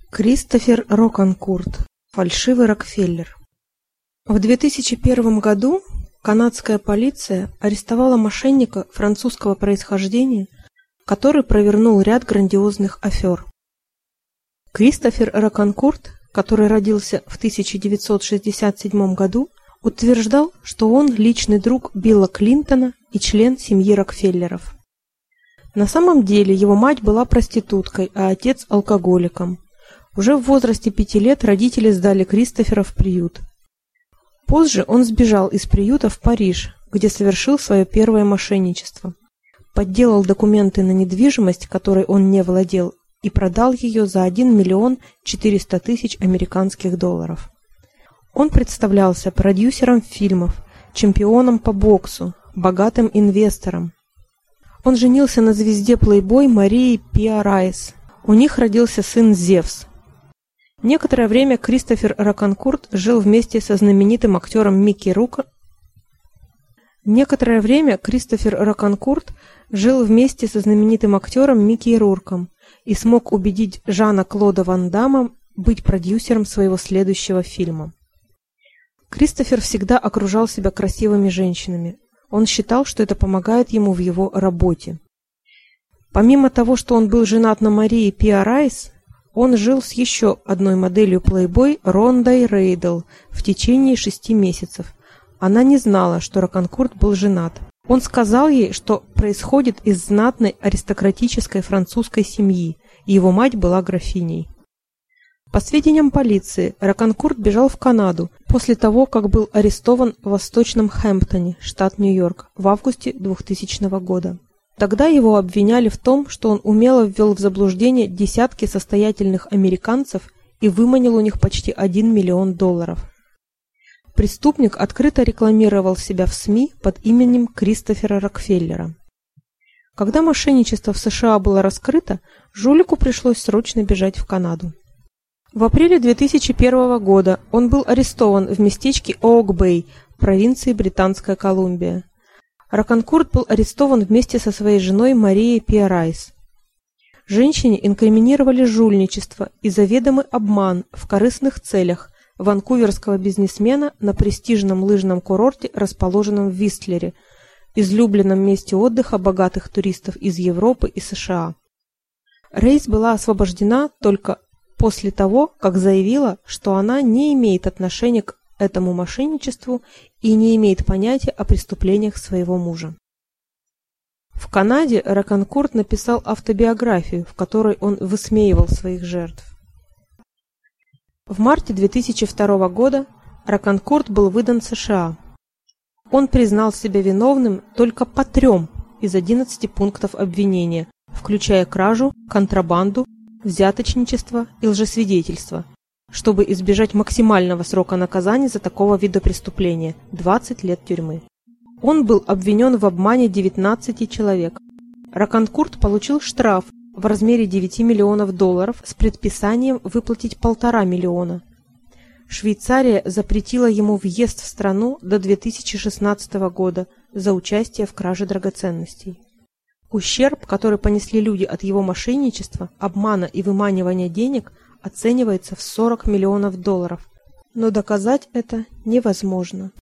Кристофер Роканкурт. Фальшивый Рокфеллер. В 2001 году канадская полиция арестовала мошенника французского происхождения, который провернул ряд грандиозных афер. Кристофер Роканкурт, который родился в 1967 году, утверждал, что он личный друг Билла Клинтона и член семьи Рокфеллеров. На самом деле его мать была проституткой, а отец алкоголиком. Уже в возрасте 5 лет родители сдали Кристофера в приют. Позже он сбежал из приюта в Париж, где совершил свое первое мошенничество. Подделал документы на недвижимость, которой он не владел, и продал ее за 1 миллион 400 тысяч американских долларов. Он представлялся продюсером фильмов, чемпионом по боксу, богатым инвестором. Он женился на звезде Playboy Марии Пиа Райс. У них родился сын Зевс. Некоторое время Кристофер Роканкурт жил вместе со знаменитым актером Микки Рурком и смог убедить Жана-Клода Ван Дамма быть продюсером своего следующего фильма. Кристофер всегда окружал себя красивыми женщинами. Он считал, что это помогает ему в его работе. Помимо того, что он был женат на Марии Пиа Райс, он жил с еще одной моделью Playboy Рондой Рейдл в течение 6 месяцев. Она не знала, что Роканкурт был женат. Он сказал ей, что происходит из знатной аристократической французской семьи, и его мать была графиней. По сведениям полиции, Роканкурт бежал в Канаду после того, как был арестован в Восточном Хэмптоне, штат Нью-Йорк, в августе 2000 года. Тогда его обвиняли в том, что он умело ввел в заблуждение десятки состоятельных американцев и выманил у них почти 1 миллион долларов. Преступник открыто рекламировал себя в СМИ под именем Кристофера Рокфеллера. Когда мошенничество в США было раскрыто, жулику пришлось срочно бежать в Канаду. В апреле 2001 года он был арестован в местечке Оук-Бэй, провинции Британская Колумбия. Роканкурт был арестован вместе со своей женой Марией Пиа Райс. Женщине инкриминировали жульничество и заведомый обман в корыстных целях ванкуверского бизнесмена на престижном лыжном курорте, расположенном в Вистлере, излюбленном месте отдыха богатых туристов из Европы и США. Рейс была освобождена только после того, как заявила, что она не имеет отношения к этому мошенничеству и не имеет понятия о преступлениях своего мужа. В Канаде Роканкурт написал автобиографию, в которой он высмеивал своих жертв. В марте 2002 года Роканкурт был выдан США. Он признал себя виновным только по 3 из 11 пунктов обвинения, включая кражу, контрабанду, взяточничество и лжесвидетельство, чтобы избежать максимального срока наказания за такого вида преступления – 20 лет тюрьмы. Он был обвинен в обмане 19 человек. Роканкурт получил штраф в размере 9 миллионов долларов с предписанием выплатить 1,5 миллиона. Швейцария запретила ему въезд в страну до 2016 года за участие в краже драгоценностей. Ущерб, который понесли люди от его мошенничества, обмана и выманивания денег, оценивается в 40 миллионов долларов, но доказать это невозможно.